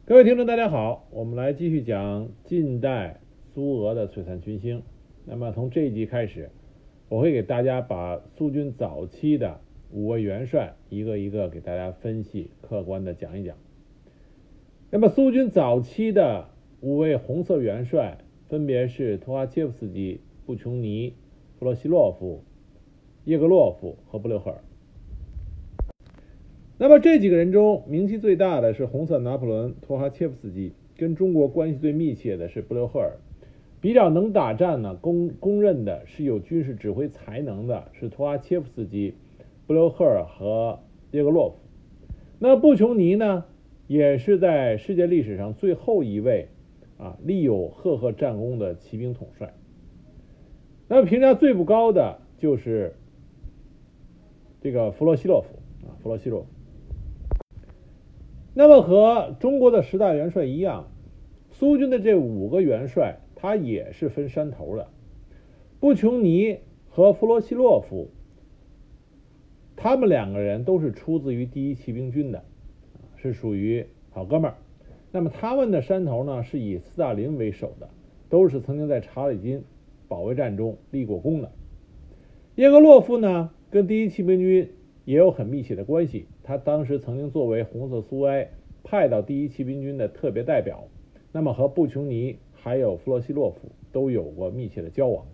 各位听众大家好，我们来继续讲近代苏俄的璀璨群星。那么从这一集开始，我会给大家把苏军早期的5位元帅一个一个给大家分析，客观的讲一讲。那么苏军早期的5位红色元帅分别是托哈切夫斯基、布琼尼、弗洛西洛夫、叶格洛夫和布留赫尔。那么这几个人中名气最大的是红色拿破仑托哈切夫斯基，跟中国关系最密切的是布留赫尔。比较能打仗呢，公认的是有军事指挥才能的是托哈切夫斯基、布留赫尔和叶格洛夫。那布琼尼呢，也是在世界历史上最后一位立有赫赫战功的骑兵统帅。那么评价最不高的就是这个弗洛西洛夫。那么和中国的10大元帅一样，苏军的这5个元帅他也是分山头的。布琼尼和弗洛西洛夫他们2个人都是出自于第1骑兵军的，是属于好哥们儿。那么他们的山头呢，是以斯大林为首的，都是曾经在查理金保卫战中立过功的。叶格洛夫呢，跟第1骑兵军也有很密切的关系，他当时曾经作为红色苏维埃派到第1骑兵军的特别代表，那么和布琼尼还有弗洛西洛夫都有过密切的交往。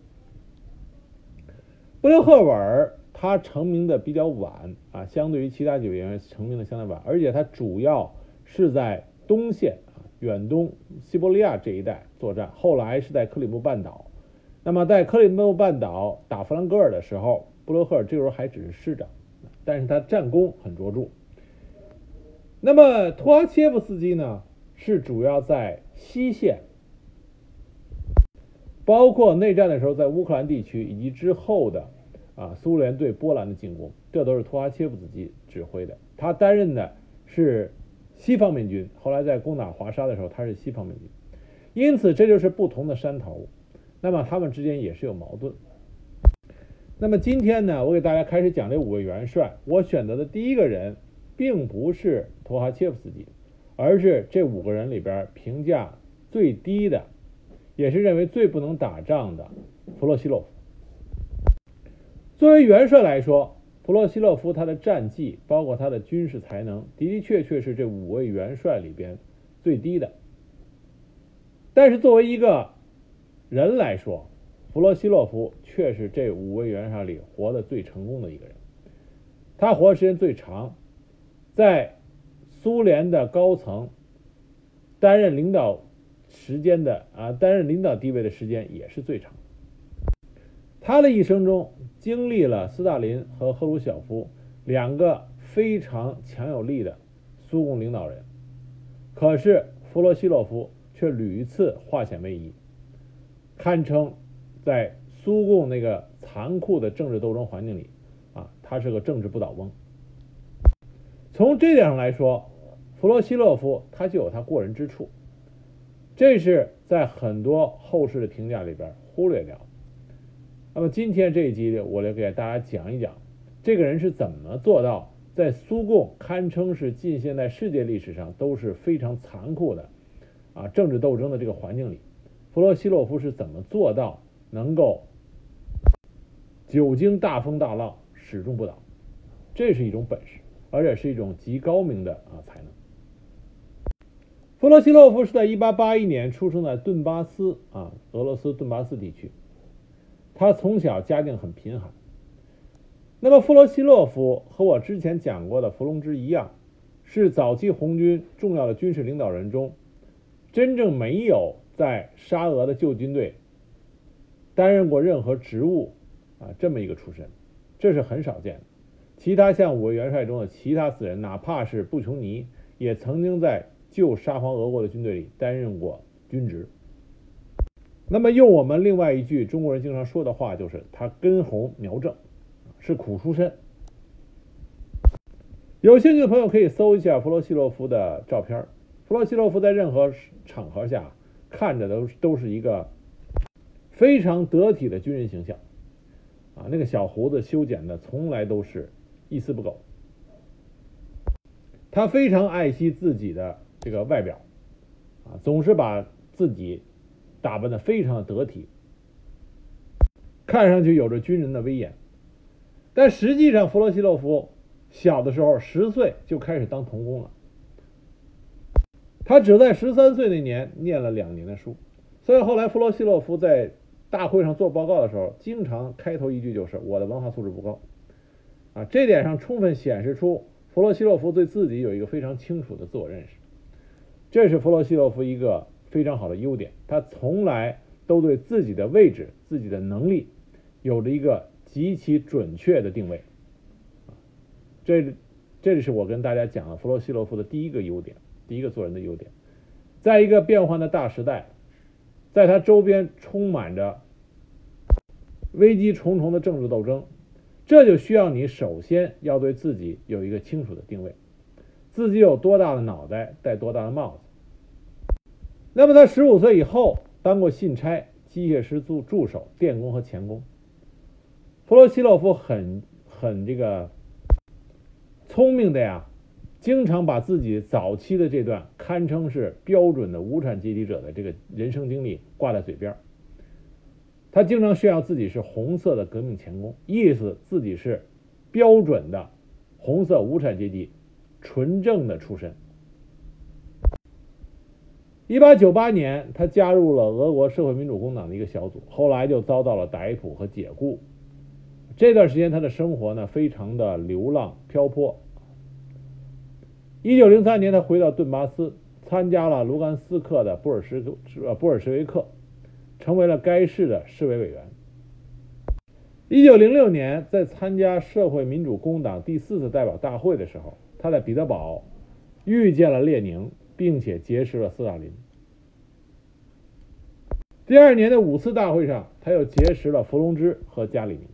布留赫尔他成名的比较晚相对于其他几位元帅成名的相对晚，而且他主要是在东线远东西伯利亚这一带作战，后来是在克里木半岛。那么在克里木半岛打弗兰格尔的时候，布留赫尔这时候还只是师长，但是他战功很卓著。那么托哈切夫斯基呢，是主要在西线，包括内战的时候在乌克兰地区以及之后的苏联对波兰的进攻，这都是托哈切夫斯基指挥的。他担任的是西方面军，后来在攻打华沙的时候他是西方面军。因此这就是不同的山头，那么他们之间也是有矛盾。那么今天呢，我给大家开始讲这5位元帅。我选择的第一个人并不是托哈切夫斯基，而是这5个人里边评价最低的，也是认为最不能打仗的弗洛西洛夫。作为元帅来说，弗洛西洛夫他的战绩包括他的军事才能的的确确是这5位元帅里边最低的。但是作为一个人来说，弗洛西洛夫却是这5位元帅里活得最成功的一个人。他活的时间最长，在苏联的高层担任领导地位的时间也是最长。他的一生中经历了斯大林和赫鲁晓夫2个非常强有力的苏共领导人，可是弗洛西洛夫却屡次化险为夷，堪称在苏共那个残酷的政治斗争环境里他是个政治不倒翁。从这点上来说，弗洛西洛夫他就有他过人之处，这是在很多后世的评价里边忽略掉。那么今天这一集里，我来给大家讲一讲这个人是怎么做到在苏共堪称是近现代世界历史上都是非常残酷的政治斗争的这个环境里，弗洛西洛夫是怎么做到能够久经大风大浪始终不倒。这是一种本事，而且是一种极高明的才能。弗洛西洛夫是在1881年出生在顿巴斯俄罗斯顿巴斯地区。他从小家境很贫寒。那么弗洛西洛夫和我之前讲过的伏龙芝一样，是早期红军重要的军事领导人中真正没有在沙俄的旧军队担任过任何职务这么一个出身，这是很少见的。其他像5位元帅中的其他4人，哪怕是布琼尼，也曾经在旧沙皇俄国的军队里担任过军职。那么用我们另外一句中国人经常说的话，就是他根红苗正，是苦出身。有兴趣的朋友可以搜一下弗洛西洛夫的照片。弗洛西洛夫在任何场合下看着都是一个非常得体的军人形象那个小胡子修剪的从来都是一丝不苟。他非常爱惜自己的这个外表总是把自己打扮得非常的得体，看上去有着军人的威严。但实际上弗洛西洛夫小的时候10岁就开始当童工了，他只在13岁那年念了2年的书，所以后来弗洛西洛夫在大会上做报告的时候，经常开头一句就是我的文化素质不高。这点上充分显示出弗洛西洛夫对自己有一个非常清楚的自我认识，这是弗洛西洛夫一个非常好的优点，他从来都对自己的位置、自己的能力有着一个极其准确的定位。这是我跟大家讲的弗洛西洛夫的第一个优点，第一个做人的优点。在一个变幻的大时代，在他周边充满着危机重重的政治斗争，这就需要你首先要对自己有一个清楚的定位，自己有多大的脑袋戴多大的帽子。那么他15岁以后当过信差、机械师助手、电工和钳工。弗洛西洛夫很这个聪明的呀，经常把自己早期的这段堪称是标准的无产阶级者的这个人生经历挂在嘴边。他经常炫耀自己是红色的革命钳工，意思自己是标准的红色无产阶级纯正的出身。1898年，他加入了俄国社会民主工党的一个小组，后来就遭到了逮捕和解雇。这段时间他的生活呢非常的流浪漂泊。1903年，他回到顿巴斯，参加了卢甘斯克的布尔什维克，成为了该市的市委委员。1906年，在参加社会民主工党第4次代表大会的时候，他在彼得堡遇见了列宁，并且结识了斯大林。第2年的5次大会上，他又结识了伏龙芝和加里宁。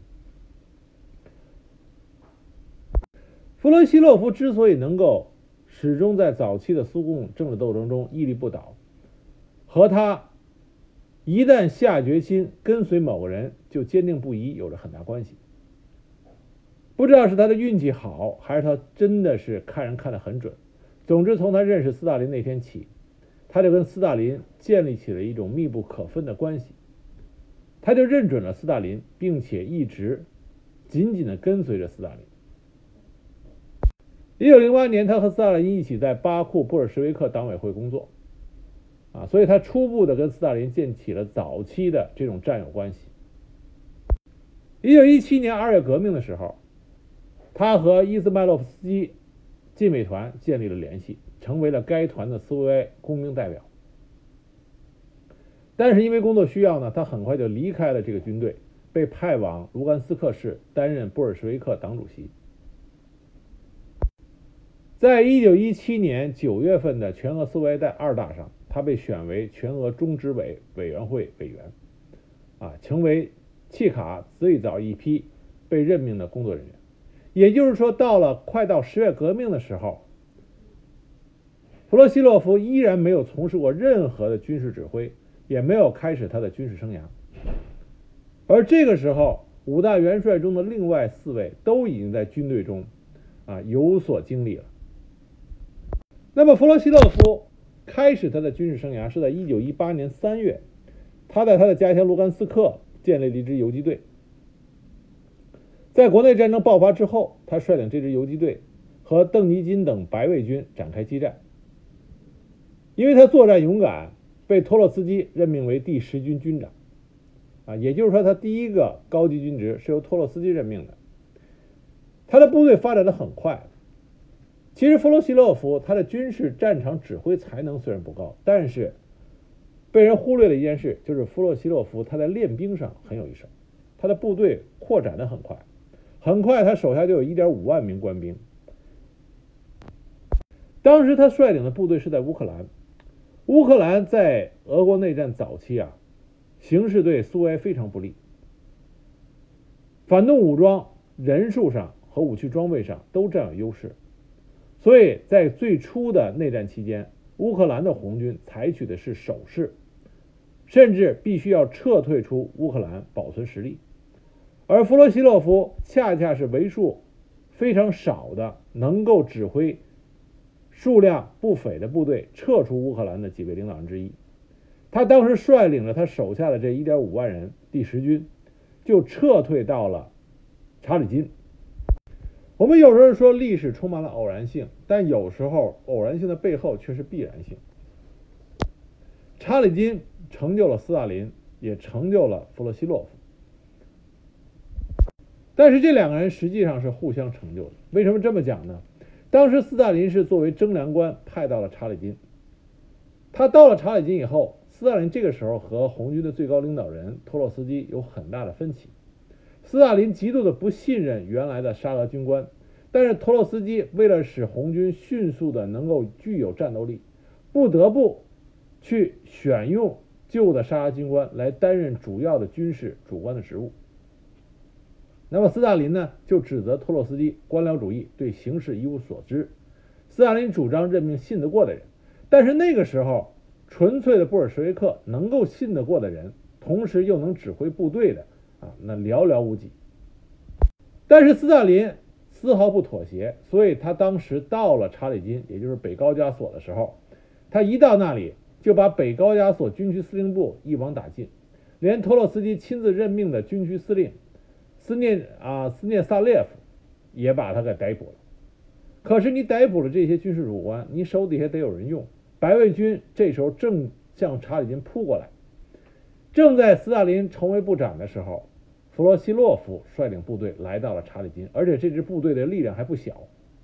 弗洛西洛夫之所以能够始终在早期的苏共政治斗争中屹立不倒，和他一旦下决心跟随某个人就坚定不移有着很大关系。不知道是他的运气好，还是他真的是看人看得很准。总之，从他认识斯大林那天起，他就跟斯大林建立起了一种密不可分的关系，他就认准了斯大林，并且一直紧紧地跟随着斯大林。1908年，他和斯大林一起在巴库布尔什维克党委会工作，所以他初步的跟斯大林建起了早期的这种战友关系。1917年2月革命的时候，他和伊斯麦洛夫斯基禁卫团建立了联系，成为了该团的苏维埃工兵代表。但是因为工作需要呢，他很快就离开了这个军队，被派往卢甘斯克市担任布尔什维克党主席。在1917年9月份的全俄苏维埃2大上，他被选为全俄中执委委员会委员，成为契卡最早一批被任命的工作人员。也就是说，快到10月革命的时候，弗洛西洛夫依然没有从事过任何的军事指挥，也没有开始他的军事生涯。而这个时候，5大元帅中的另外4位都已经在军队中有所经历了。那么弗洛西洛夫开始他的军事生涯是在1918年3月，他在他的家乡卢甘斯克建立了一支游击队。在国内战争爆发之后，他率领这支游击队和邓尼金等白卫军展开激战。因为他作战勇敢，被托洛茨基任命为第10军军长。也就是说，他第一个高级军职是由托洛茨基任命的。他的部队发展得很快。其实弗洛西洛夫他的军事战场指挥才能虽然不高，但是被人忽略的一件事就是弗洛西洛夫他在练兵上很有一手，他的部队扩展得很快，很快他手下就有1.5万名官兵。当时他率领的部队是在乌克兰，乌克兰在俄国内战早期形势对苏维埃非常不利，反动武装人数上和武器装备上都占有优势，所以在最初的内战期间，乌克兰的红军采取的是守势，甚至必须要撤退出乌克兰保存实力。而弗洛西洛夫恰恰是为数非常少的能够指挥数量不菲的部队撤出乌克兰的几位领导人之一。他当时率领着他手下的这 1.5 万人第10军就撤退到了查理金。我们有时候说历史充满了偶然性，但有时候偶然性的背后却是必然性。查理金成就了斯大林，也成就了弗洛西洛夫，但是这两个人实际上是互相成就的。为什么这么讲呢？当时斯大林是作为征粮官派到了查理金，他到了查理金以后，斯大林这个时候和红军的最高领导人托洛斯基有很大的分歧。斯大林极度的不信任原来的沙俄军官，但是托洛斯基为了使红军迅速的能够具有战斗力，不得不去选用旧的沙俄军官来担任主要的军事主官的职务。那么斯大林呢，就指责托洛斯基官僚主义，对形势一无所知。斯大林主张任命信得过的人，但是那个时候纯粹的布尔什维克能够信得过的人，同时又能指挥部队的那寥寥无几。但是斯大林丝毫不妥协，所以他当时到了查理金，也就是北高加索的时候，他一到那里就把北高加索军区司令部一网打尽，连托洛斯基亲自任命的军区司令斯涅萨列夫也把他给逮捕了。可是你逮捕了这些军事主官，你手底下得有人用。白卫军这时候正向查理金扑过来，正在斯大林成为部长的时候，弗洛西洛夫率领部队来到了查理金，而且这支部队的力量还不小，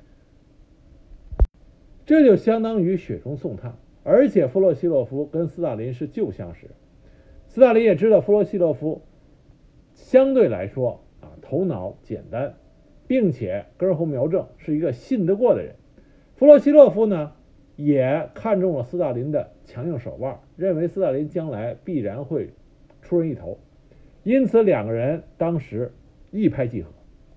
这就相当于雪中送炭。而且弗洛西洛夫跟斯大林是旧相识，斯大林也知道弗洛西洛夫相对来说头脑简单，并且根红苗正，是一个信得过的人。弗洛西洛夫呢也看中了斯大林的强硬手腕，认为斯大林将来必然会出人意头，因此两个人当时一拍即合。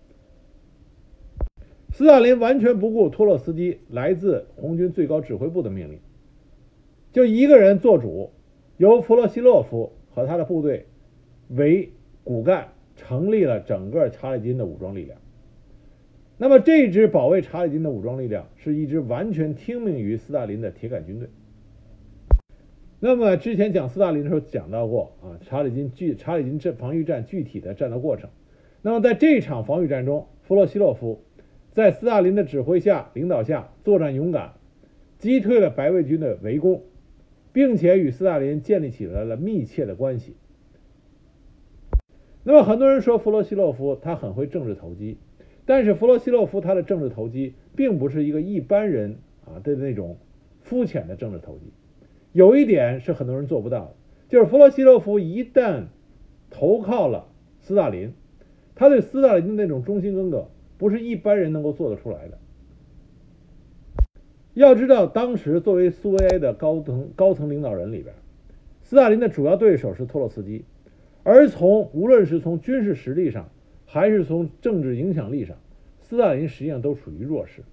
斯大林完全不顾托洛斯基来自红军最高指挥部的命令，就一个人做主，由弗洛西洛夫和他的部队为骨干，成立了整个查理金的武装力量。那么这支保卫查理金的武装力量是一支完全听命于斯大林的铁杆军队。那么之前讲斯大林的时候讲到过查理金防御战具体的战斗过程。那么在这场防御战中，弗洛西洛夫在斯大林的指挥下领导下作战勇敢，击退了白卫军的围攻，并且与斯大林建立起来了密切的关系。那么很多人说弗洛西洛夫他很会政治投机，但是弗洛西洛夫他的政治投机并不是一个一般人的那种肤浅的政治投机。有一点是很多人做不到的，就是弗洛西洛夫一旦投靠了斯大林，他对斯大林的那种忠心耿耿，不是一般人能够做得出来的。要知道当时作为苏维埃的高层领导人里边，斯大林的主要对手是托洛斯基，而无论是从军事实力上还是从政治影响力上，斯大林实际上都处于弱势。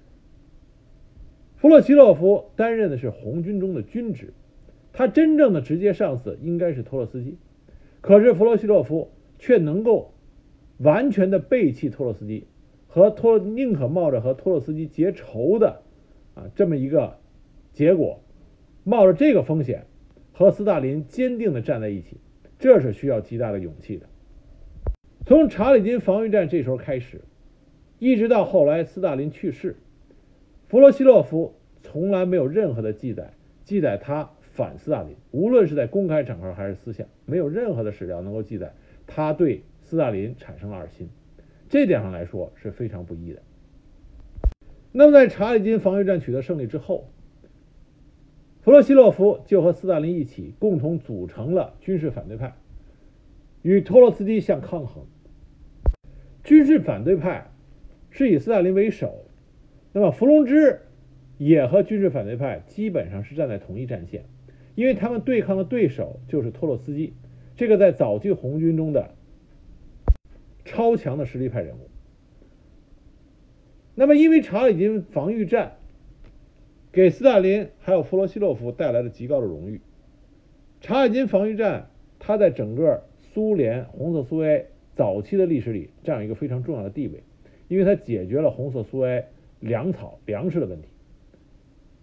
弗洛西洛夫担任的是红军中的军职，他真正的直接上司应该是托洛斯基，可是弗洛西洛夫却能够完全的背弃托洛斯基，宁可冒着和托洛斯基结仇的这么一个结果，冒着这个风险和斯大林坚定的站在一起，这是需要极大的勇气的。从查理金防御战这时候开始，一直到后来斯大林去世，弗洛西洛夫从来没有任何的记载他反斯大林，无论是在公开场合还是私下，没有任何的史料能够记载他对斯大林产生了二心，这点上来说是非常不易的。那么在查理金防御战取得胜利之后，弗洛西洛夫就和斯大林一起共同组成了军事反对派，与托洛斯基相抗衡。军事反对派是以斯大林为首，那么伏龙芝也和军事反对派基本上是站在同一战线，因为他们对抗的对手就是托洛斯基，这个在早期红军中的超强的实力派人物。那么因为查理金防御战给斯大林还有弗洛西洛夫带来了极高的荣誉，查理金防御战它在整个苏联红色苏维埃早期的历史里占有一个非常重要的地位，因为它解决了红色苏维埃粮食的问题。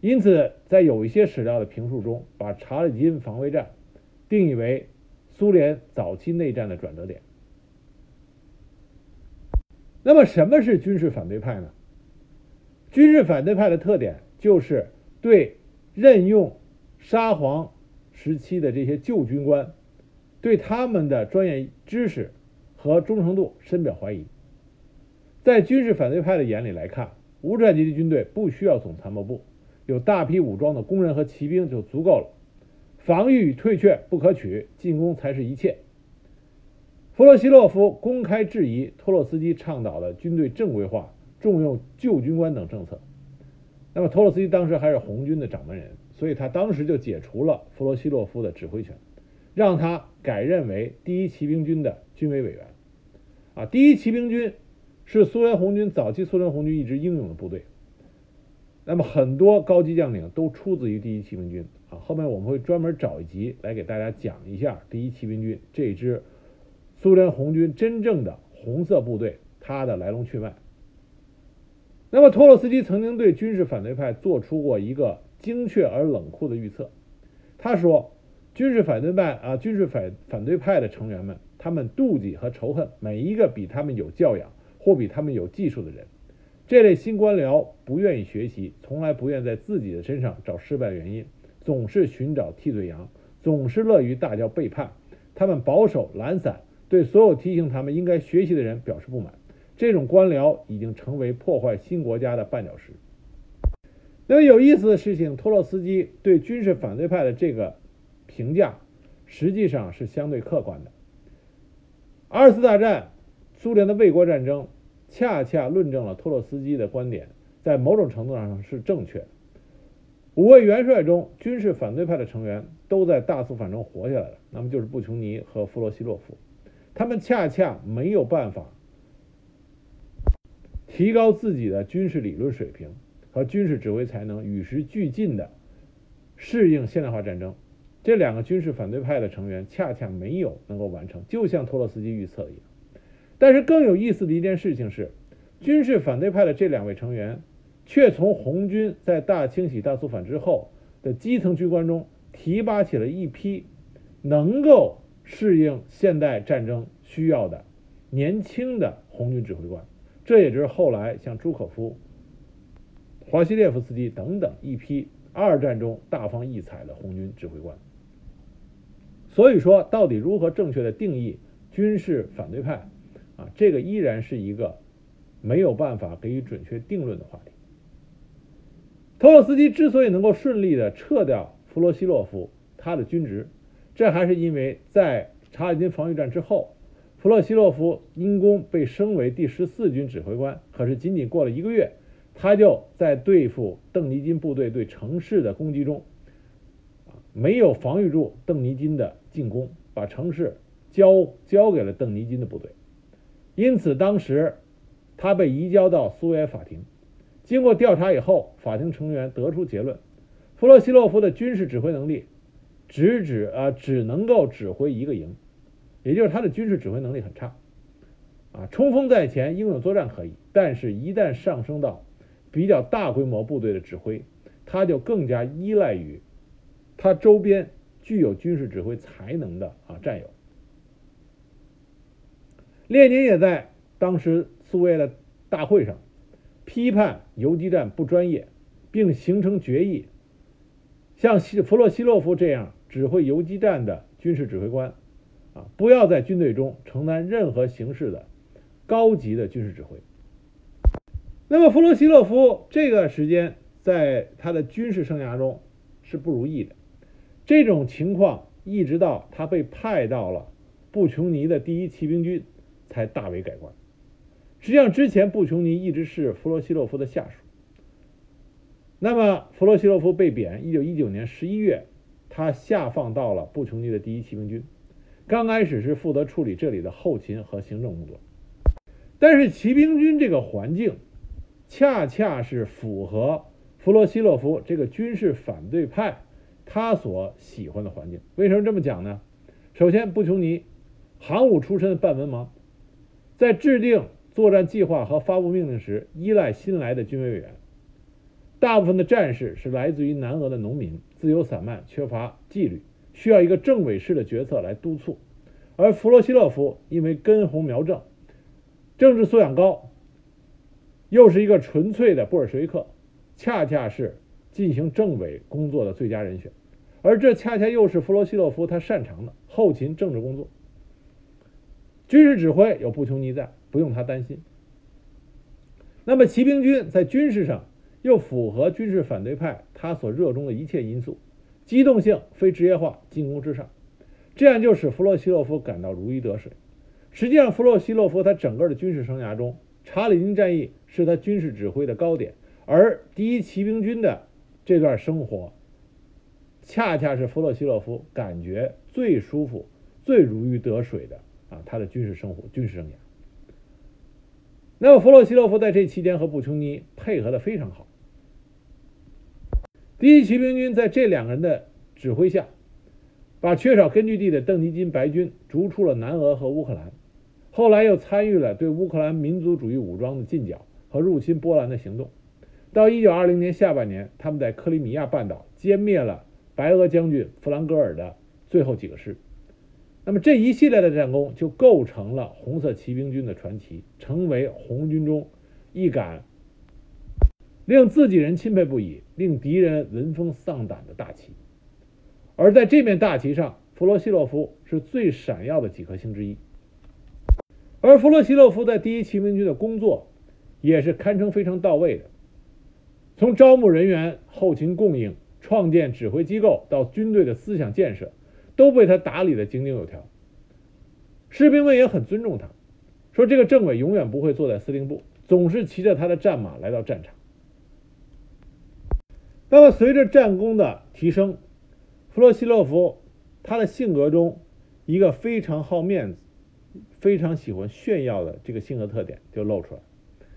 因此在有一些史料的评述中，把查理金防卫战定义为苏联早期内战的转折点。那么什么是军事反对派呢？军事反对派的特点就是对任用沙皇时期的这些旧军官，对他们的专业知识和忠诚度深表怀疑。在军事反对派的眼里来看，无产阶级军队不需要总参谋部，有大批武装的工人和骑兵就足够了，防御与退却不可取，进攻才是一切。弗洛西洛夫公开质疑托洛斯基倡导的军队正规化、重用旧军官等政策。那么托洛斯基当时还是红军的掌门人，所以他当时就解除了弗洛西洛夫的指挥权，让他改任为第一骑兵军的军委委员。第一骑兵军是苏联红军早期苏联红军一支英勇的部队，那么很多高级将领都出自于第一骑兵军。后面我们会专门找一集来给大家讲一下第一骑兵军这支苏联红军真正的红色部队它的来龙去脉。那么托洛斯基曾经对军事反对派做出过一个精确而冷酷的预测，他说军事反对派的成员们，他们妒忌和仇恨每一个比他们有教养或比他们有技术的人。这类新官僚不愿意学习，从来不愿在自己的身上找失败原因，总是寻找替罪羊，总是乐于大叫背叛。他们保守懒散，对所有提醒他们应该学习的人表示不满。这种官僚已经成为破坏新国家的绊脚石。那么有意思的事情，托洛斯基对军事反对派的这个评价实际上是相对客观的。二次大战苏联的卫国战争恰恰论证了托洛斯基的观点在某种程度上是正确的。五位元帅中，军事反对派的成员都在大肃反中活下来了，那么就是布琼尼和弗洛西洛夫。他们恰恰没有办法提高自己的军事理论水平和军事指挥才能，与时俱进的适应现代化战争。这两个军事反对派的成员恰恰没有能够完成，就像托洛斯基预测的一样。但是更有意思的一件事情是，军事反对派的这两位成员却从红军在大清洗大肃反之后的基层军官中提拔起了一批能够适应现代战争需要的年轻的红军指挥官，这也就是后来像朱可夫、华西列夫斯基等等一批二战中大放异彩的红军指挥官。所以说，到底如何正确的定义军事反对派这个依然是一个没有办法给予准确定论的话题。托洛斯基之所以能够顺利的撤掉弗洛西洛夫他的军职，这还是因为在查理金防御战之后，弗洛西洛夫因功被升为第14军指挥官，可是仅仅过了1个月，他就在对付邓尼金部队对城市的攻击中没有防御住邓尼金的进攻，把城市交给了邓尼金的部队。因此当时他被移交到苏维埃法庭。经过调查以后，法庭成员得出结论，弗洛西洛夫的军事指挥能力只能够指挥一个营，也就是他的军事指挥能力很差冲锋在前，英勇作战可以，但是一旦上升到比较大规模部队的指挥，他就更加依赖于他周边具有军事指挥才能的战友。列宁也在当时苏维埃的大会上批判游击战不专业，并形成决议，像弗洛西洛夫这样指挥游击战的军事指挥官不要在军队中承担任何形式的高级的军事指挥。那么弗洛西洛夫这段时间在他的军事生涯中是不如意的，这种情况一直到他被派到了布琼尼的第一骑兵军才大为改观。实际上之前布琼尼一直是弗洛西洛夫的下属。那么弗洛西洛夫被贬，1919年11月他下放到了布琼尼的第一骑兵军，刚开始是负责处理这里的后勤和行政工作。但是骑兵军这个环境恰恰是符合弗洛西洛夫这个军事反对派他所喜欢的环境。为什么这么讲呢？首先，布琼尼航武出身的半文盲，在制定作战计划和发布命令时依赖新来的军委委员。 大部分的战士是来自于南俄的农民，自由散漫，缺乏纪律，需要一个政委式的角色来督促。而弗洛西洛夫因为根红苗正，政治素养高，又是一个纯粹的布尔什维克，恰恰是进行政委工作的最佳人选。而这恰恰又是弗洛西洛夫他擅长的后勤政治工作。军事指挥有布琼尼在，不用他担心。那么骑兵军在军事上又符合军事反对派他所热衷的一切因素，机动性、非职业化、进攻之上，这样就使弗洛西洛夫感到如鱼得水。实际上，弗洛西洛夫他整个的军事生涯中，查理金战役是他军事指挥的高点，而第一骑兵军的这段生活，恰恰是弗洛西洛夫感觉最舒服、最如鱼得水的他的军事生活、军事生涯。那么弗洛西洛夫在这期间和布琼尼配合的非常好。第一骑兵军在这两个人的指挥下，把缺少根据地的邓尼金白军逐出了南俄和乌克兰，后来又参与了对乌克兰民族主义武装的进剿和入侵波兰的行动。到1920年下半年，他们在克里米亚半岛歼灭了白俄将军弗兰格尔的最后几个师。那么这一系列的战功就构成了红色骑兵军的传奇，成为红军中一杆令自己人钦佩不已、令敌人闻风丧胆的大旗。而在这面大旗上，弗洛西洛夫是最闪耀的几颗星之一。而弗洛西洛夫在第一骑兵军的工作也是堪称非常到位的，从招募人员、后勤供应、创建指挥机构到军队的思想建设，都被他打理得井井有条。士兵们也很尊重他，说这个政委永远不会坐在司令部，总是骑着他的战马来到战场。那么随着战功的提升，弗洛西洛夫他的性格中一个非常好面子、非常喜欢炫耀的这个性格特点就露出来。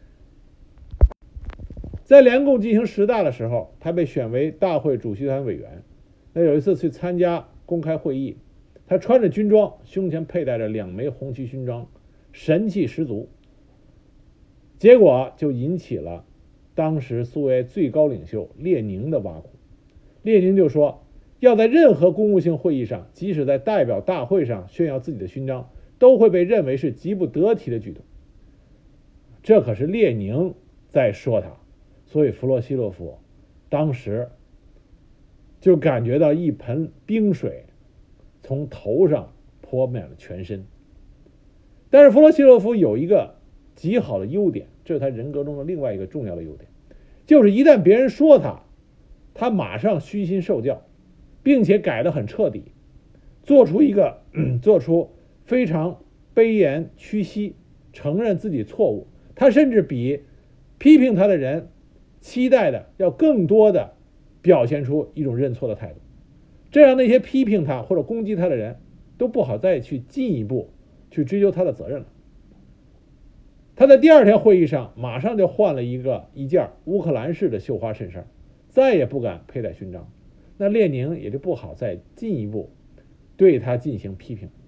在联共进行10大的时候，他被选为大会主席团委员。那有一次去参加公开会议，他穿着军装，胸前佩戴着2枚红旗勋章，神气十足。结果就引起了当时苏维埃最高领袖列宁的挖苦。列宁就说，要在任何公务性会议上，即使在代表大会上炫耀自己的勋章，都会被认为是极不得体的举动。这可是列宁在说他，所以弗洛西洛夫当时就感觉到一盆冰水从头上泼满了全身。但是弗洛西洛夫有一个极好的优点，这是他人格中的另外一个重要的优点，就是一旦别人说他马上虚心受教，并且改得很彻底，做出非常卑言屈膝，承认自己错误。他甚至比批评他的人期待的要更多的表现出一种认错的态度，这样那些批评他或者攻击他的人都不好再去进一步去追究他的责任了。他在第2天会议上马上就换了一件乌克兰式的绣花衬衫，再也不敢佩戴勋章。那列宁也就不好再进一步对他进行批评。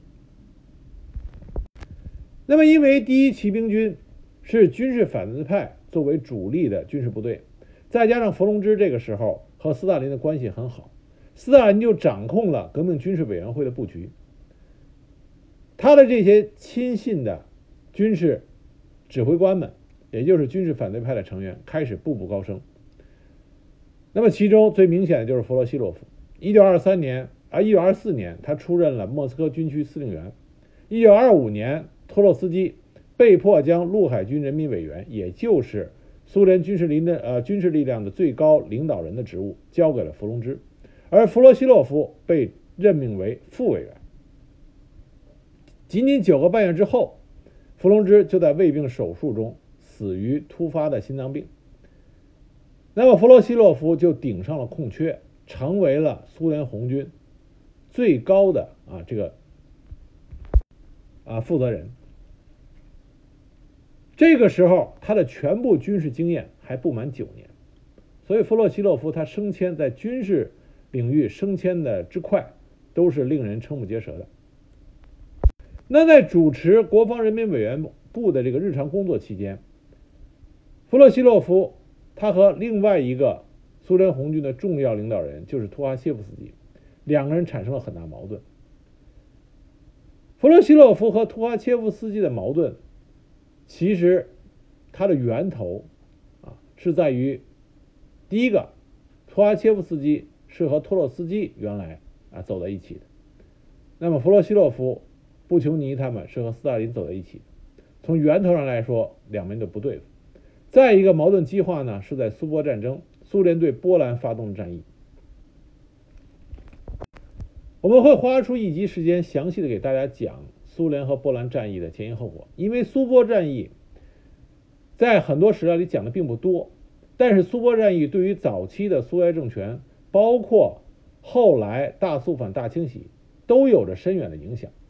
那么因为第一骑兵军是军事反对派作为主力的军事部队，再加上伏龙芝这个时候和斯大林的关系很好，斯大林就掌控了革命军事委员会的布局。他的这些亲信的军事指挥官们，也就是军事反对派的成员，开始步步高升。那么其中最明显的就是弗洛西洛夫。1924年他出任了莫斯科军区司令员。1925年托洛斯基被迫将陆海军人民委员，也就是苏联军事力量的最高领导人的职务交给了伏龙芝，而弗洛西洛夫被任命为副委员。仅仅9个半月之后，伏龙芝就在胃病手术中死于突发的心脏病。那么弗洛西洛夫就顶上了空缺，成为了苏联红军最高的负责人。这个时候他的全部军事经验还不满9年，所以弗洛西洛夫他升迁在军事领域升迁的之快，都是令人瞠目结舌的。那在主持国防人民委员部的这个日常工作期间，弗洛西洛夫他和另外一个苏联红军的重要领导人就是图哈切夫斯基，两个人产生了很大矛盾。弗洛西洛夫和图哈切夫斯基的矛盾，其实它的源头是在于第一个，图哈切夫斯基是和托洛斯基原来走在一起的，那么弗洛西洛夫、布琼尼他们是和斯大林走在一起的。从源头上来说，两边都不对付。再一个矛盾激化呢，是在苏波战争，苏联对波兰发动的战役。我们会花出一集时间详细的给大家讲苏联和波兰战役的前因后果，因为苏波战役在很多史料里讲的并不多，但是苏波战役对于早期的苏维埃政权，包括后来大肃反、大清洗，都有着深远的影响。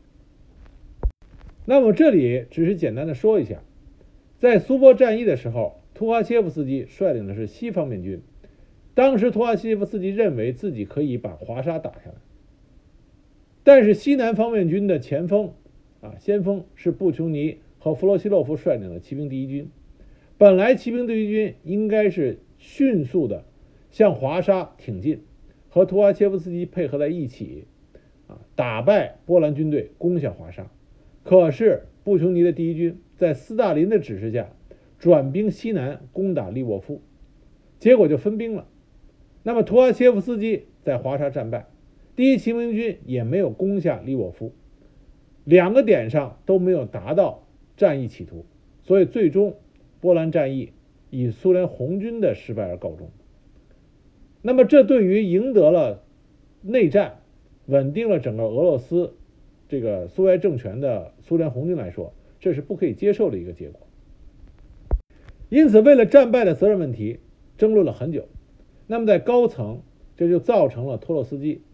那么这里只是简单的说一下，在苏波战役的时候，图哈切夫斯基率领的是西方面军，当时图哈切夫斯基认为自己可以把华沙打下来，但是西南方面军的先锋是布琼尼和弗洛西洛夫率领的骑兵第一军。本来骑兵第一军应该是迅速的向华沙挺进，和图哈切夫斯基配合在一起打败波兰军队，攻下华沙。可是布琼尼的第一军在斯大林的指示下转兵西南攻打利沃夫，结果就分兵了。那么图哈切夫斯基在华沙战败，第一骑兵军也没有攻下利沃夫，两个点上都没有达到战役企图，所以最终波兰战役以苏联红军的失败而告终。那么这对于赢得了内战、稳定了整个俄罗斯这个苏维埃政权的苏联红军来说，这是不可以接受的一个结果。因此为了战败的责任问题争论了很久，那么在高层这就造成了托洛斯基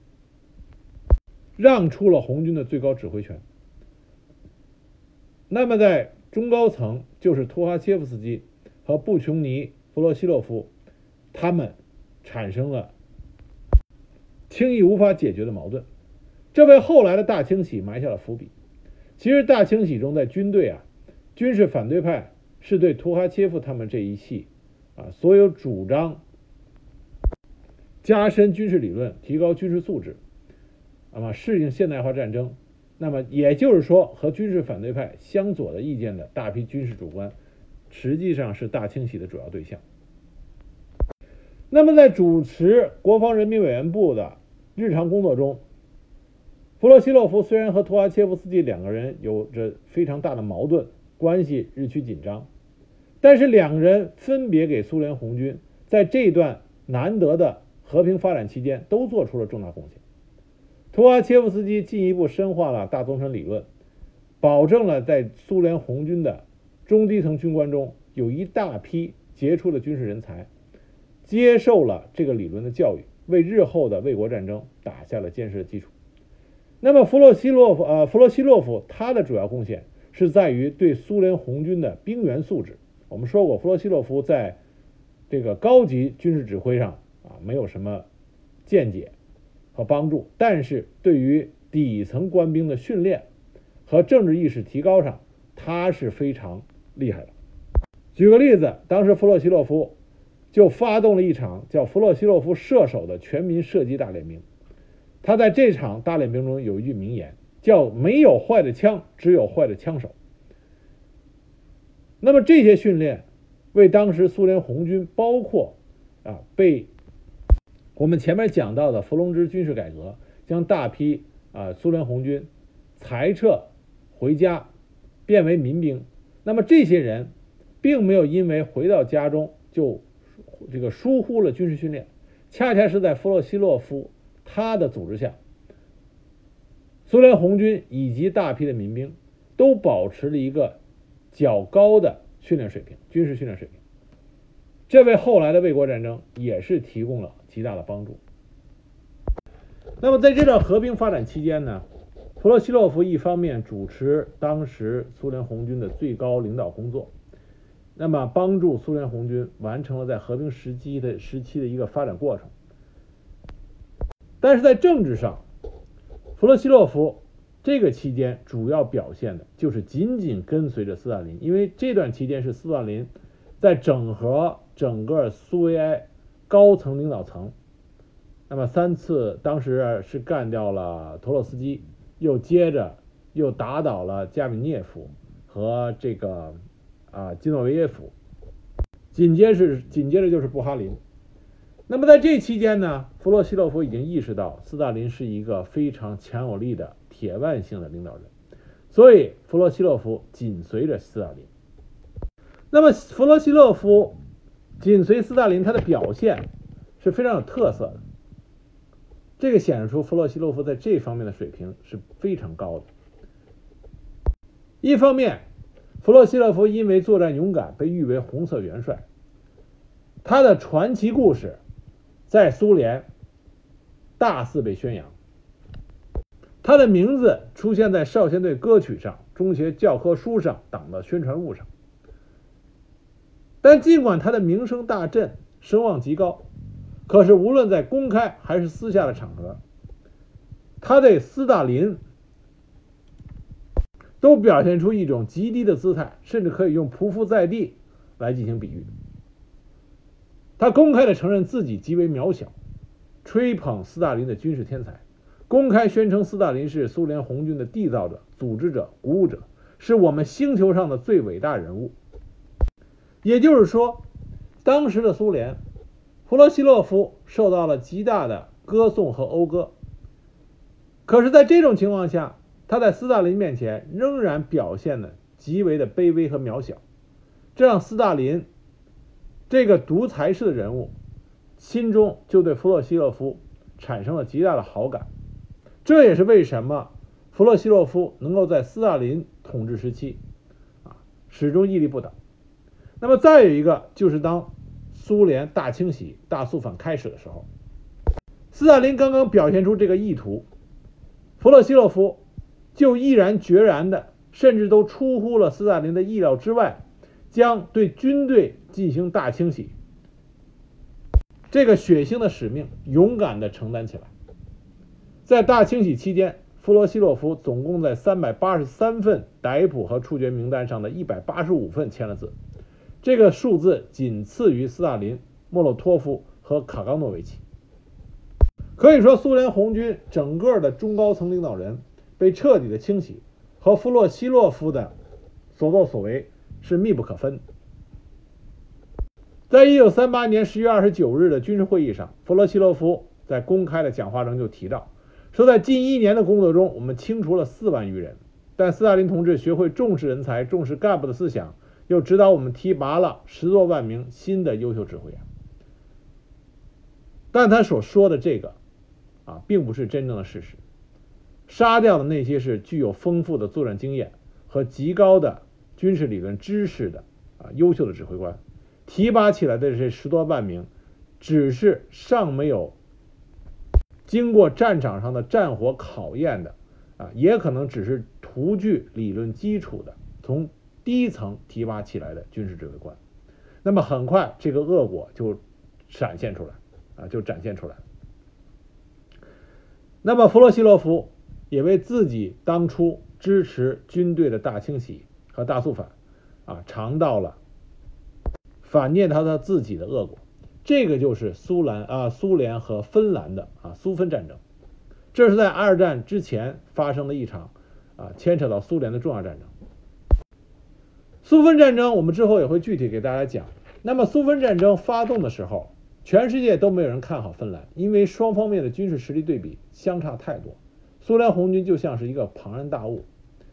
让出了红军的最高指挥权，那么在中高层就是图哈切夫斯基和布琼尼、弗洛西洛夫他们产生了轻易无法解决的矛盾，这为后来的大清洗埋下了伏笔。其实大清洗中，在军队军事反对派是对图哈切夫他们这一系所有主张加深军事理论、提高军事素质，适应现代化战争，那么也就是说和军事反对派相左的意见的大批军事主官，实际上是大清洗的主要对象。那么在主持国防人民委员部的日常工作中，弗洛西洛夫虽然和图哈切夫斯基两个人有着非常大的矛盾，关系日趋紧张，但是两个人分别给苏联红军在这段难得的和平发展期间都做出了重大贡献。图哈切夫斯基进一步深化了大宗神理论，保证了在苏联红军的中低层军官中有一大批杰出的军事人才，接受了这个理论的教育，为日后的卫国战争打下了坚实的基础。那么弗洛西洛夫他的主要贡献是在于对苏联红军的兵员素质。我们说过，弗洛西洛夫在这个高级军事指挥上没有什么见解和帮助，但是对于底层官兵的训练和政治意识提高上，他是非常厉害的。举个例子，当时弗洛西洛夫就发动了一场叫弗洛西洛夫射手的全民射击大练兵。他在这场大练兵中有一句名言，叫没有坏的枪，只有坏的枪手。那么这些训练为当时苏联红军，包括被我们前面讲到的伏龙芝军事改革，将大批苏联红军裁撤回家，变为民兵。那么这些人并没有因为回到家中就疏忽了军事训练，恰恰是在弗洛西洛夫他的组织下，苏联红军以及大批的民兵都保持了一个较高的训练水平，军事训练水平，这为后来的卫国战争也是提供了极大的帮助。那么在这段和平发展期间呢，弗洛西洛夫一方面主持当时苏联红军的最高领导工作，那么帮助苏联红军完成了在和平时期的一个发展过程。但是在政治上，弗洛西洛夫这个期间主要表现的就是紧紧跟随着斯大林，因为这段期间是斯大林在整合整个苏维埃高层领导层。那么3次当时是干掉了托洛斯基，接着又打倒了加米涅夫和这个基诺维耶夫，紧接着就是布哈林。那么在这期间呢，弗洛西洛夫已经意识到斯大林是一个非常强有力的铁腕性的领导人，所以弗洛西洛夫紧随着斯大林。那么弗洛西洛夫紧随斯大林，他的表现是非常有特色的，这个显示出弗洛西洛夫在这方面的水平是非常高的。一方面，弗洛西洛夫因为作战勇敢被誉为红色元帅，他的传奇故事在苏联大肆被宣扬，他的名字出现在少先队歌曲上、中学教科书上、党的宣传物上。但尽管他的名声大振，声望极高，可是无论在公开还是私下的场合，他对斯大林都表现出一种极低的姿态，甚至可以用匍匐在地来进行比喻。他公开的承认自己极为渺小，吹捧斯大林的军事天才，公开宣称斯大林是苏联红军的缔造者、组织者、鼓舞者，是我们星球上的最伟大人物。也就是说，当时的苏联，弗洛西洛夫受到了极大的歌颂和讴歌。可是在这种情况下，他在斯大林面前仍然表现得极为的卑微和渺小，这让斯大林这个独裁式的人物心中就对弗洛西洛夫产生了极大的好感。这也是为什么弗洛西洛夫能够在斯大林统治时期始终屹立不倒。那么再有一个就是当苏联大清洗、大肃反开始的时候，斯大林刚刚表现出这个意图，弗洛西洛夫就毅然决然的，甚至都出乎了斯大林的意料之外，将对军队进行大清洗这个血腥的使命勇敢地承担起来。在大清洗期间，弗洛西洛夫总共在383份逮捕和处决名单上的185份签了字，这个数字仅次于斯大林、莫洛托夫和卡冈诺维奇。可以说，苏联红军整个的中高层领导人被彻底的清洗，和弗洛西洛夫的所作所为是密不可分。在1938年10月29日的军事会议上，弗洛西洛夫在公开的讲话中就提到，说在近1年的工作中，我们清除了4万余人，但斯大林同志学会重视人才、重视干部的思想，又指导我们提拔了10多万名新的优秀指挥员。但他所说的这个并不是真正的事实。杀掉的那些是具有丰富的作战经验和极高的军事理论知识的优秀的指挥官，提拔起来的这10多万名只是尚没有经过战场上的战火考验的也可能只是徒具理论基础的从低层提拔起来的军事指挥官。那么很快这个恶果就展现出来。那么弗洛西洛夫也为自己当初支持军队的大清洗和大肃反尝到了反涅他自己的恶果。这个就是苏联和芬兰的苏芬战争。这是在2战之前发生的一场牵扯到苏联的重要战争。苏芬战争我们之后也会具体给大家讲。那么苏芬战争发动的时候，全世界都没有人看好芬兰，因为双方面的军事实力对比相差太多，苏联红军就像是一个庞然大物。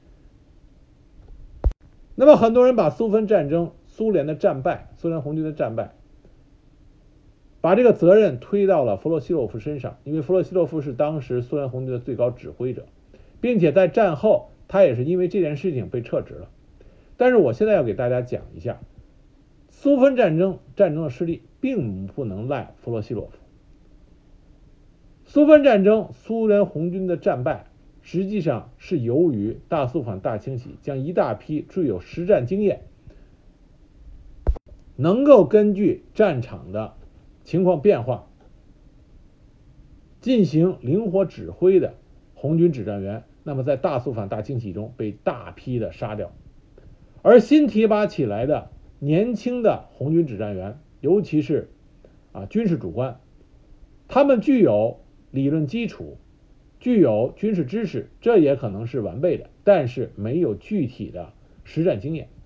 那么很多人把苏芬战争苏联红军的战败把这个责任推到了弗洛西洛夫身上，因为弗洛西洛夫是当时苏联红军的最高指挥者，并且在战后他也是因为这件事情被撤职了。但是我现在要给大家讲一下，苏芬战争的失利并不能赖弗洛西洛夫。苏芬战争苏联红军的战败实际上是由于大肃反大清洗将一大批具有实战经验、能够根据战场的情况变化进行灵活指挥的红军指战员，那么在大肃反大清洗中被大批的杀掉，而新提拔起来的年轻的红军指战员尤其是军事主官，他们具有理论基础，具有军事知识，这也可能是完备的，但是没有具体的实战经验。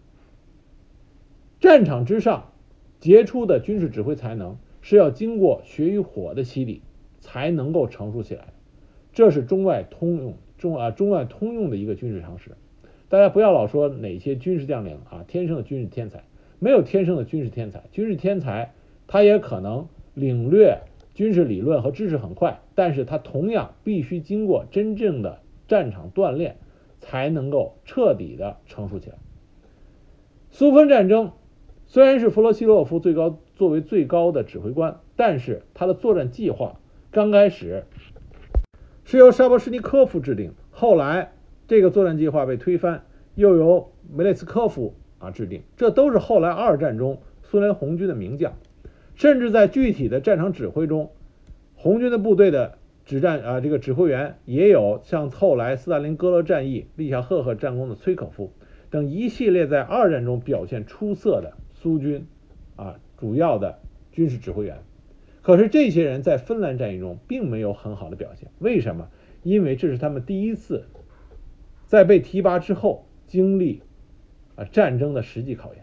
战场之上杰出的军事指挥才能是要经过血与火的洗礼才能够成熟起来，这是中外通用的一个军事常识。大家不要老说哪些军事将领天生的军事天才，没有天生的军事天才，军事天才他也可能领略军事理论和知识很快，但是他同样必须经过真正的战场锻炼才能够彻底的成熟起来。苏芬战争虽然是弗洛西洛夫作为最高的指挥官，但是他的作战计划刚开始是由沙波什尼科夫制定，后来这个作战计划被推翻，又由梅列斯科夫制定，这都是后来二战中苏联红军的名将。甚至在具体的战场指挥中，红军的部队的指挥员也有像后来斯大林格勒战役立下赫赫战功的崔可夫等一系列在二战中表现出色的苏军主要的军事指挥员。可是这些人在芬兰战役中并没有很好的表现，为什么？因为这是他们第一次在被提拔之后经历战争的实际考验。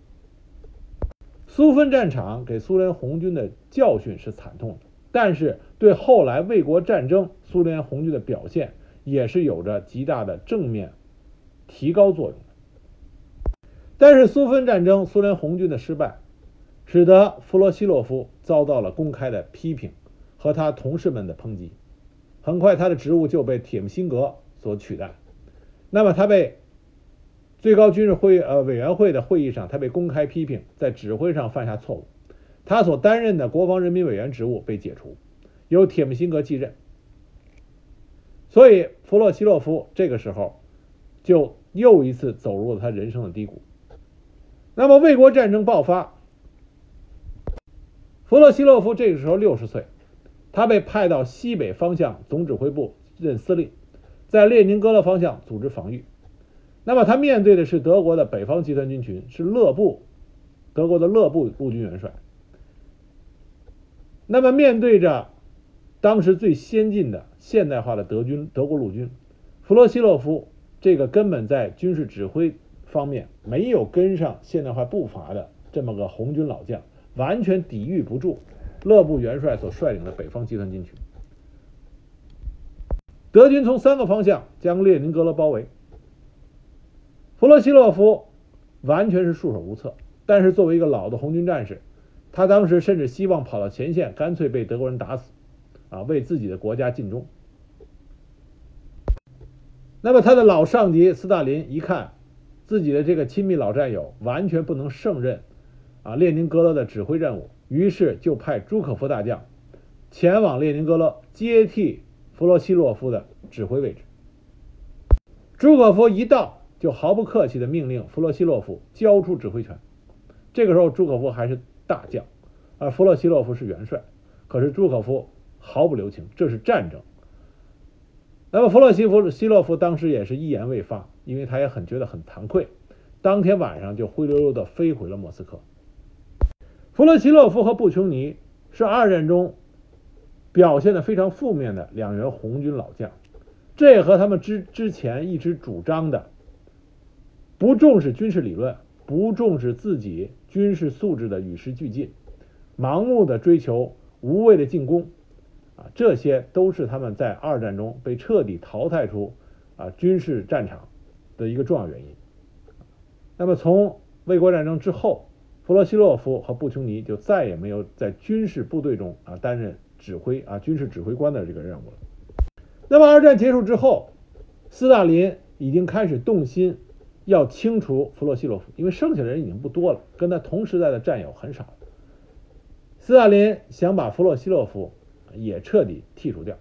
苏芬战场给苏联红军的教训是惨痛的，但是对后来卫国战争苏联红军的表现也是有着极大的正面提高作用的。但是苏芬战争苏联红军的失败，使得弗洛西洛夫遭到了公开的批评和他同事们的抨击，很快他的职务就被铁木辛格所取代。那么他被最高军事委员会的会议上，他被公开批评在指挥上犯下错误，他所担任的国防人民委员职务被解除，由铁木辛格继任。所以弗洛西洛夫这个时候就又一次走入了他人生的低谷。那么卫国战争爆发，弗洛西洛夫这个时候60岁，他被派到西北方向总指挥部任司令，在列宁格勒方向组织防御。那么他面对的是德国的北方集团军群，是德国的勒布陆军元帅。那么面对着当时最先进的现代化的德国陆军，弗洛西洛夫这个根本在军事指挥方面没有跟上现代化步伐的这么个红军老将，完全抵御不住勒布元帅所率领的北方集团军群。德军从3个方向将列宁格勒包围，弗洛西洛夫完全是束手无策，但是作为一个老的红军战士，他当时甚至希望跑到前线，干脆被德国人打死为自己的国家尽忠。那么他的老上级斯大林一看自己的这个亲密老战友完全不能胜任列宁格勒的指挥任务，于是就派朱可夫大将前往列宁格勒接替弗洛西洛夫的指挥位置。朱可夫一到就毫不客气地命令弗洛西洛夫交出指挥权。这个时候朱可夫还是大将，而弗洛西洛夫是元帅，可是朱可夫毫不留情，这是战争。那么弗洛西洛夫当时也是一言未发，因为他也觉得很惭愧，当天晚上就灰溜溜地飞回了莫斯科。弗洛西洛夫和布琼尼是二战中表现得非常负面的两员红军老将，这也和他们之前一直主张的不重视军事理论，不重视自己军事素质的与时俱进，盲目的追求无谓的进攻这些都是他们在二战中被彻底淘汰出军事战场的一个重要原因。那么从卫国战争之后，弗洛西洛夫和布琼尼就再也没有在军事部队中担任军事指挥官的这个任务了。那么二战结束之后，斯大林已经开始动心要清除弗洛西洛夫，因为剩下的人已经不多了，跟他同时代的战友很少。斯大林想把弗洛西洛夫也彻底剔除掉，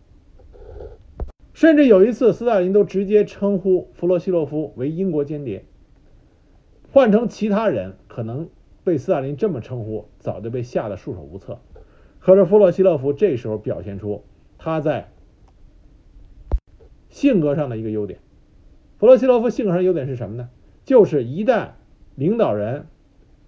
甚至有一次斯大林都直接称呼弗洛西洛夫为英国间谍。换成其他人可能被斯大林这么称呼早就被吓得束手无策，可是弗洛西洛夫这时候表现出他在性格上的一个优点。弗洛西洛夫性格上的优点是什么呢？就是一旦领导人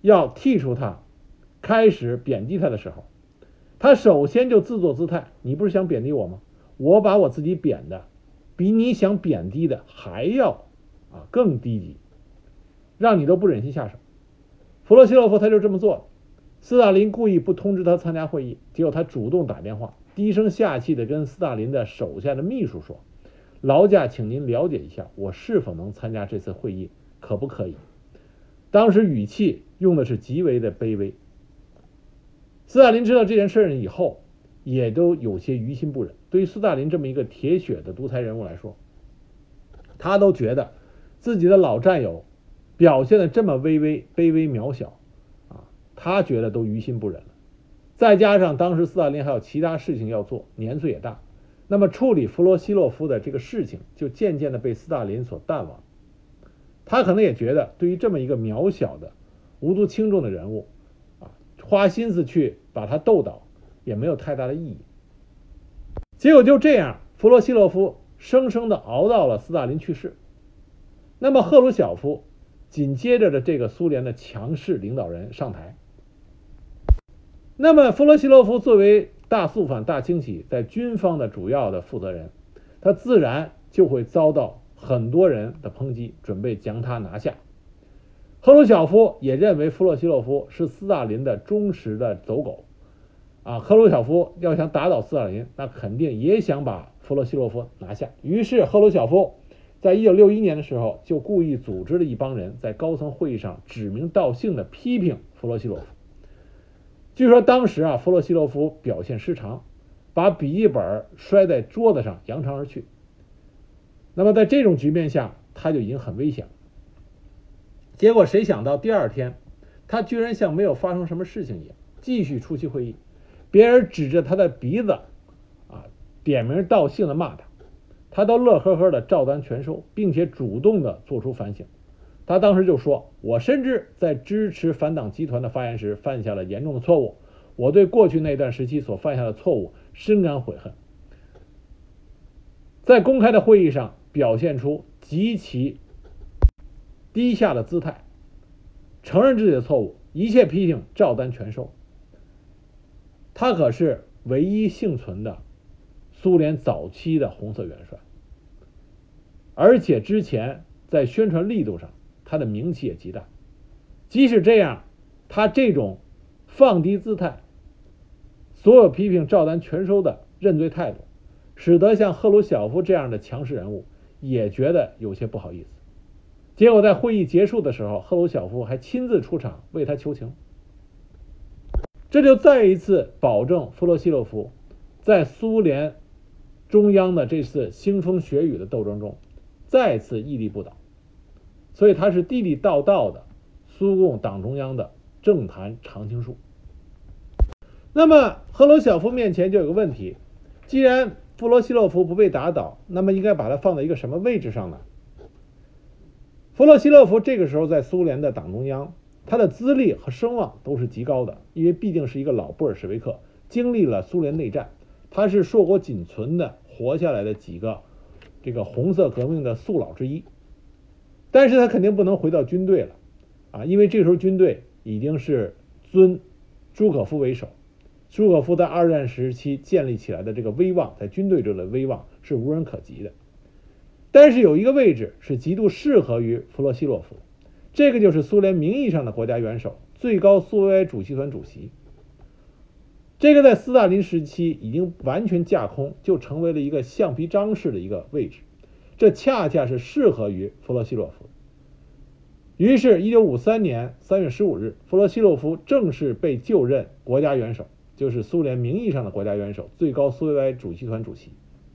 要剔除他，开始贬低他的时候，他首先就自作姿态，你不是想贬低我吗？我把我自己贬的比你想贬低的还要更低级，让你都不忍心下手。弗洛西洛夫他就这么做了。斯大林故意不通知他参加会议，结果他主动打电话，低声下气地跟斯大林的手下的秘书说，劳驾请您了解一下我是否能参加这次会议，可不可以？当时语气用的是极为的卑微。斯大林知道这件事以后也都有些于心不忍，对于斯大林这么一个铁血的独裁人物来说，他都觉得自己的老战友表现的这么卑微渺小他觉得都于心不忍了。再加上当时斯大林还有其他事情要做，年岁也大，那么处理弗洛西洛夫的这个事情就渐渐的被斯大林所淡忘。他可能也觉得对于这么一个渺小的无足轻重的人物花心思去把他斗倒也没有太大的意义。结果就这样，弗洛西洛夫生生的熬到了斯大林去世。那么赫鲁晓夫紧接着的这个苏联的强势领导人上台，那么弗洛西洛夫作为大肃反大清洗在军方的主要的负责人，他自然就会遭到很多人的抨击，准备将他拿下。赫鲁晓夫也认为弗洛西洛夫是斯大林的忠实的走狗赫鲁晓夫要想打倒斯大林，那肯定也想把弗洛西洛夫拿下。于是赫鲁晓夫在1961年的时候就故意组织了一帮人在高层会议上指名道姓的批评弗洛西洛夫。据说当时弗洛西洛夫表现失常，把笔记本摔在桌子上扬长而去。那么在这种局面下，他就已经很危险了。结果谁想到第二天，他居然像没有发生什么事情一样继续出席会议，别人指着他的鼻子点名道姓的骂他，他都乐呵呵的照单全收，并且主动的做出反省。他当时就说，我深知在支持反党集团的发言时犯下了严重的错误，我对过去那段时期所犯下的错误深感悔恨。在公开的会议上表现出极其低下的姿态，承认自己的错误，一切批评照单全收。他可是唯一幸存的苏联早期的红色元帅，而且之前在宣传力度上他的名气也极大。即使这样，他这种放低姿态，所有批评照单全收的认罪态度，使得像赫鲁晓夫这样的强势人物也觉得有些不好意思。结果在会议结束的时候，赫鲁晓夫还亲自出场为他求情。这就再一次保证弗洛西洛夫在苏联中央的这次腥风血雨的斗争中再次屹立不倒，所以他是地地道道的苏共党中央的政坛常青树。那么赫鲁晓夫面前就有个问题，既然弗洛西洛夫不被打倒，那么应该把他放在一个什么位置上呢？弗洛西洛夫这个时候在苏联的党中央，他的资历和声望都是极高的，因为毕竟是一个老布尔什维克，经历了苏联内战，他是硕果仅存的活下来的几个这个红色革命的宿老之一。但是他肯定不能回到军队了因为这时候军队已经是尊朱可夫为首，朱可夫在二战时期建立起来的这个威望，在军队中的威望是无人可及的。但是有一个位置是极度适合于弗洛西洛夫，这个就是苏联名义上的国家元首，最高苏维埃主席团主席。这个在斯大林时期已经完全架空，就成为了一个橡皮章式的一个位置，这恰恰是适合于弗洛西洛夫。于是1953年3月15日，弗洛西洛夫正式被就任国家元首，就是苏联名义上的国家元首，最高苏维埃主席团主席。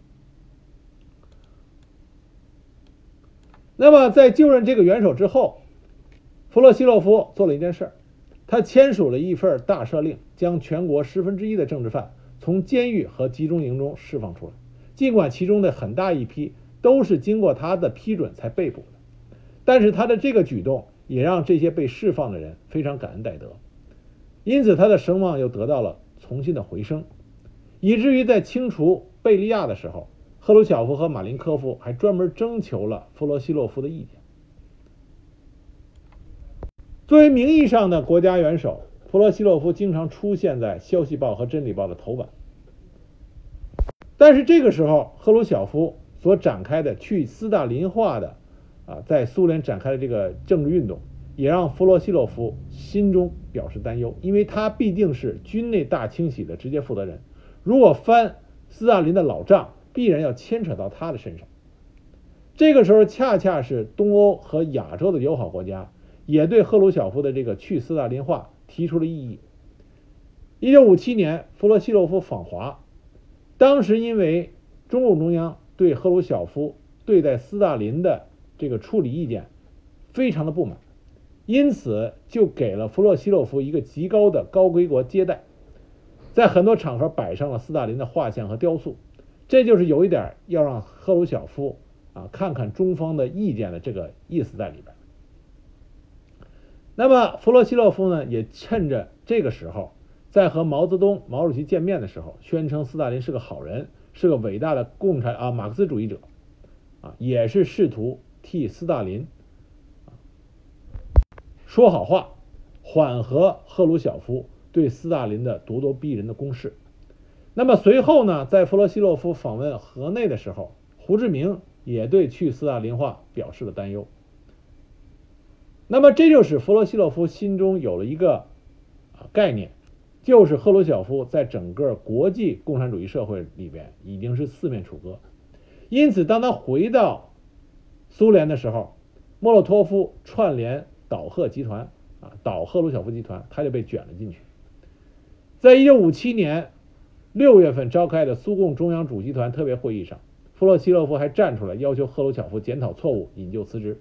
那么在就任这个元首之后，弗洛西洛夫做了一件事，他签署了一份大赦令，将全国1/10的政治犯从监狱和集中营中释放出来，尽管其中的很大一批都是经过他的批准才被捕的，但是他的这个举动也让这些被释放的人非常感恩戴德，因此他的声望又得到了重新的回升，以至于在清除贝利亚的时候，赫鲁晓夫和马林科夫还专门征求了弗洛西洛夫的意见。 作为名义上的国家元首，弗洛西洛夫经常出现在《消息报》和《真理报》的头版。但是这个时候，赫鲁晓夫所展开的去斯大林化的在苏联展开的这个政治运动，也让弗洛西洛夫心中表示担忧，因为他必定是军内大清洗的直接负责人，如果翻斯大林的老账，必然要牵扯到他的身上。这个时候恰恰是东欧和亚洲的友好国家也对赫鲁晓夫的这个去斯大林化提出了异议。1957年，弗洛西洛夫访华，当时因为中共中央对赫鲁晓夫对待斯大林的这个处理意见非常的不满，因此就给了弗洛西洛夫一个极高的高规格接待，在很多场合摆上了斯大林的画像和雕塑，这就是有一点要让赫鲁晓夫看看中方的意见的这个意思在里边。那么弗洛西洛夫呢，也趁着这个时候，在和毛泽东、毛主席见面的时候，宣称斯大林是个好人，是个伟大的马克思主义者，也是试图替斯大林说好话，缓和赫鲁晓夫对斯大林的咄咄逼人的攻势。那么随后呢，在弗洛西洛夫访问河内的时候，胡志明也对去斯大林化表示了担忧。那么这就使弗洛西洛夫心中有了一个概念，就是赫鲁晓夫在整个国际共产主义社会里边已经是四面楚歌。因此当他回到苏联的时候，莫洛托夫串联倒赫集团倒赫鲁晓夫集团，他就被卷了进去。在1957年6月份召开的苏共中央主席团特别会议上，弗洛西洛夫还站出来要求赫鲁晓夫检讨错误，引咎辞职。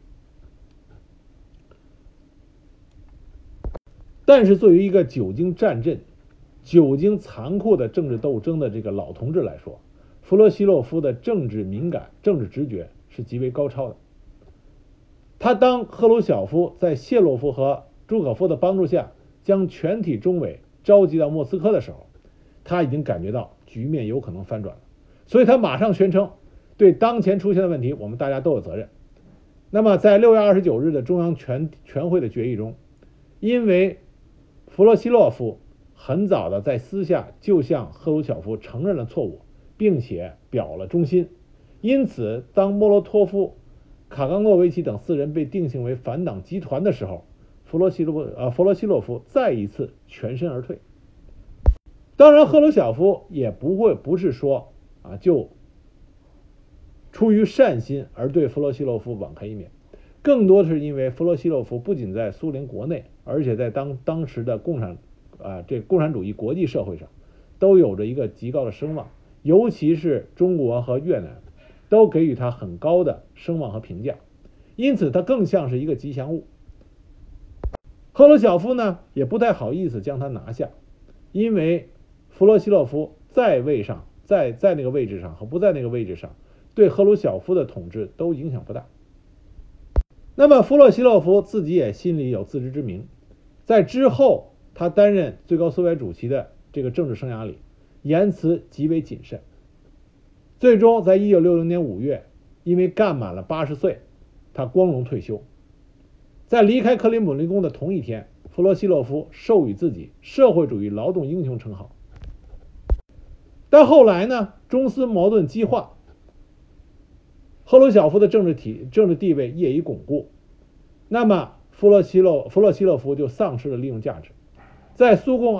但是作为一个久经战阵、久经残酷的政治斗争的这个老同志来说，弗洛西洛夫的政治敏感、政治直觉是极为高超的。他当赫鲁晓夫在谢洛夫和朱可夫的帮助下将全体中委召集到莫斯科的时候，他已经感觉到局面有可能翻转了，所以他马上宣称，对当前出现的问题，我们大家都有责任。那么在6月29日的中央全会的决议中，因为弗洛西洛夫很早的在私下就向赫鲁晓夫承认了错误，并且表了忠心，因此当莫洛托夫、卡冈诺维奇等4人被定性为反党集团的时候，弗洛西洛夫再一次全身而退。当然赫鲁晓夫也不是说就出于善心而对弗洛西洛夫网开一面，更多的是因为弗洛西洛夫不仅在苏联国内，而且在当时的共产主义国际社会上都有着一个极高的声望，尤其是中国和越南都给予他很高的声望和评价，因此他更像是一个吉祥物。赫鲁晓夫呢也不太好意思将他拿下，因为弗洛西洛夫在那个位置上和不在那个位置上，对赫鲁晓夫的统治都影响不大。那么弗洛西洛夫自己也心里有自知之明，在之后他担任最高苏维埃主席的这个政治生涯里，言辞极为谨慎，最终在1960年5月，因为干满了80岁，他光荣退休。在离开克里姆林宫的同一天，弗洛西洛夫授予自己社会主义劳动英雄称号。但后来呢，中苏矛盾激化，赫鲁晓夫的政治地位业已巩固，那么弗洛西洛夫就丧失了利用价值。在苏共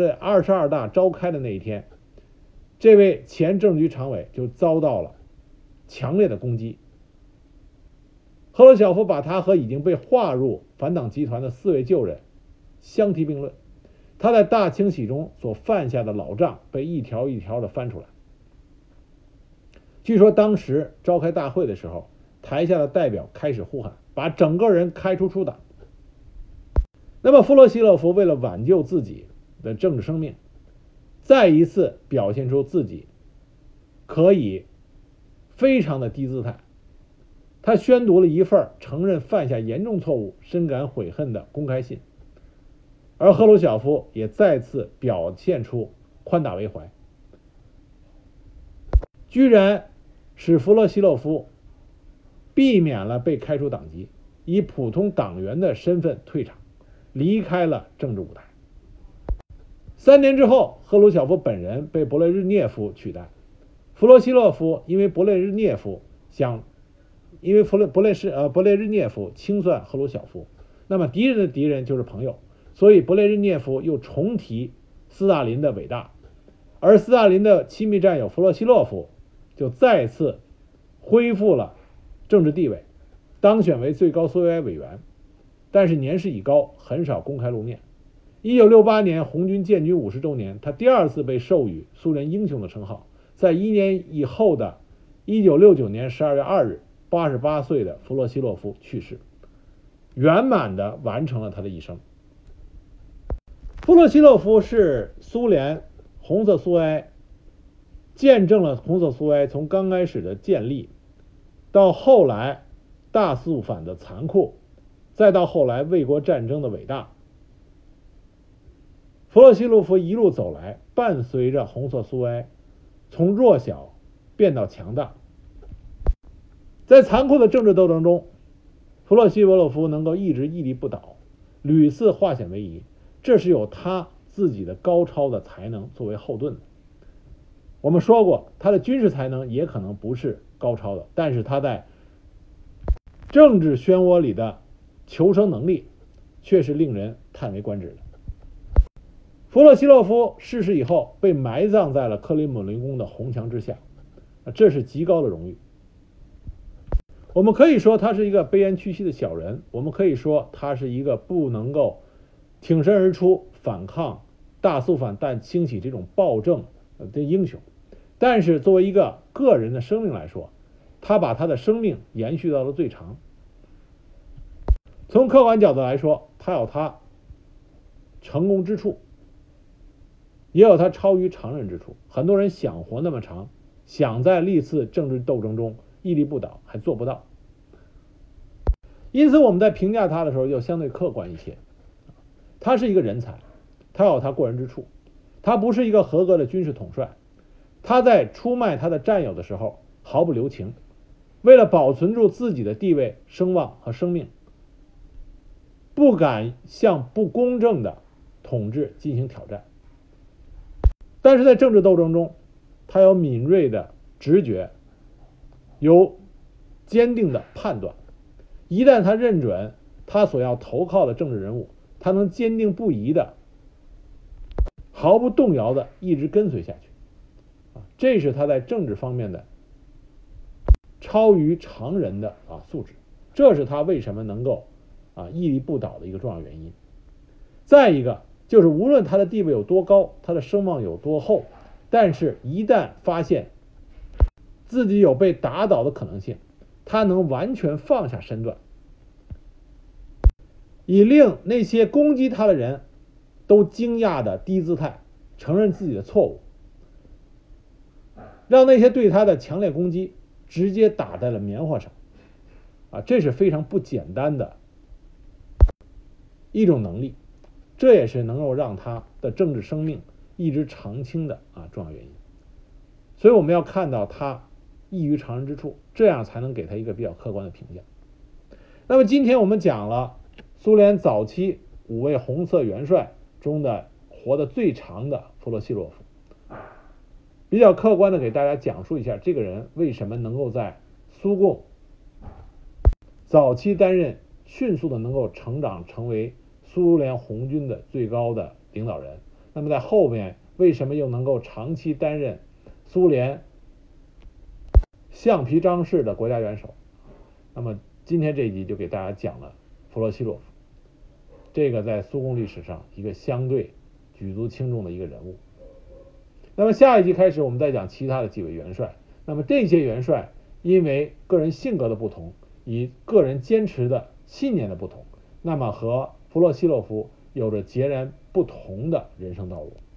22大召开的那一天，这位前政治局常委就遭到了强烈的攻击。赫鲁晓夫把他和已经被划入反党集团的4位旧人相提并论，他在大清洗中所犯下的老账被一条一条的翻出来。据说当时召开大会的时候，台下的代表开始呼喊，把整个人开除出党。那么弗洛西洛夫为了挽救自己的政治生命，再一次表现出自己可以非常的低姿态，他宣读了一份承认犯下严重错误、深感悔恨的公开信，而赫鲁晓夫也再次表现出宽大为怀，居然使弗洛西洛夫避免了被开除党籍，以普通党员的身份退场。 离开了政治舞台。3年之后，赫鲁晓夫本人被勃列日涅夫取代。弗洛西洛夫因为勃列日涅夫清算赫鲁晓夫，那么敌人的敌人就是朋友，所以勃列日涅夫又重提斯大林的伟大，而斯大林的亲密战友弗洛西洛夫就再次恢复了政治地位，当选为最高苏维埃委员，但是年事已高，很少公开露面。1968年红军建军50周年，他第2次被授予苏联英雄的称号。在1年以后的1969年12月2日，88岁的弗洛西洛夫去世，圆满地完成了他的一生。弗洛西洛夫是苏联红色苏维埃，见证了红色苏维埃从刚开始的建立，到后来大肃反的残酷，再到后来卫国战争的伟大。弗洛西洛夫一路走来，伴随着红色苏维埃从弱小变到强大。在残酷的政治斗争中，弗洛西洛夫能够一直屹立不倒，屡次化险为夷，这是有他自己的高超的才能作为后盾的。我们说过，他的军事才能也可能不是高超的，但是他在政治漩涡里的求生能力却是令人叹为观止的。弗洛西洛夫逝世以后，被埋葬在了克里姆林宫的红墙之下，这是极高的荣誉。我们可以说他是一个卑躬屈膝的小人，我们可以说他是一个不能够挺身而出反抗大肃反但兴起这种暴政的英雄，但是作为一个个人的生命来说，他把他的生命延续到了最长。从客观角度来说，他有他成功之处，也有他超于常人之处。很多人想活那么长，想在历次政治斗争中屹立不倒，还做不到。因此我们在评价他的时候要相对客观一些。他是一个人才，他有他过人之处，他不是一个合格的军事统帅，他在出卖他的战友的时候毫不留情，为了保存住自己的地位、声望和生命，不敢向不公正的统治进行挑战。但是在政治斗争中，他有敏锐的直觉，有坚定的判断。一旦他认准他所要投靠的政治人物，他能坚定不移的、毫不动摇的一直跟随下去。这是他在政治方面的超于常人的素质，这是他为什么能够屹立不倒的一个重要原因。再一个就是无论他的地位有多高，他的声望有多厚，但是一旦发现自己有被打倒的可能性，他能完全放下身段，以令那些攻击他的人都惊讶的低姿态承认自己的错误，让那些对他的强烈攻击直接打在了棉花上。这是非常不简单的一种能力，这也是能够让他的政治生命一直长青的重要原因。所以我们要看到他异于常人之处，这样才能给他一个比较客观的评价。那么今天我们讲了苏联早期5位红色元帅中的活得最长的弗洛西洛夫，比较客观的给大家讲述一下这个人为什么能够在苏共早期担任，迅速的能够成长成为苏联红军的最高的领导人，那么在后面为什么又能够长期担任苏联橡皮章式的国家元首。那么今天这一集就给大家讲了弗洛西洛夫，这个在苏共历史上一个相对举足轻重的一个人物。那么下一集开始我们再讲其他的几位元帅，那么这些元帅因为个人性格的不同，以个人坚持的信念的不同，那么和弗洛西洛夫有着截然不同的人生道路。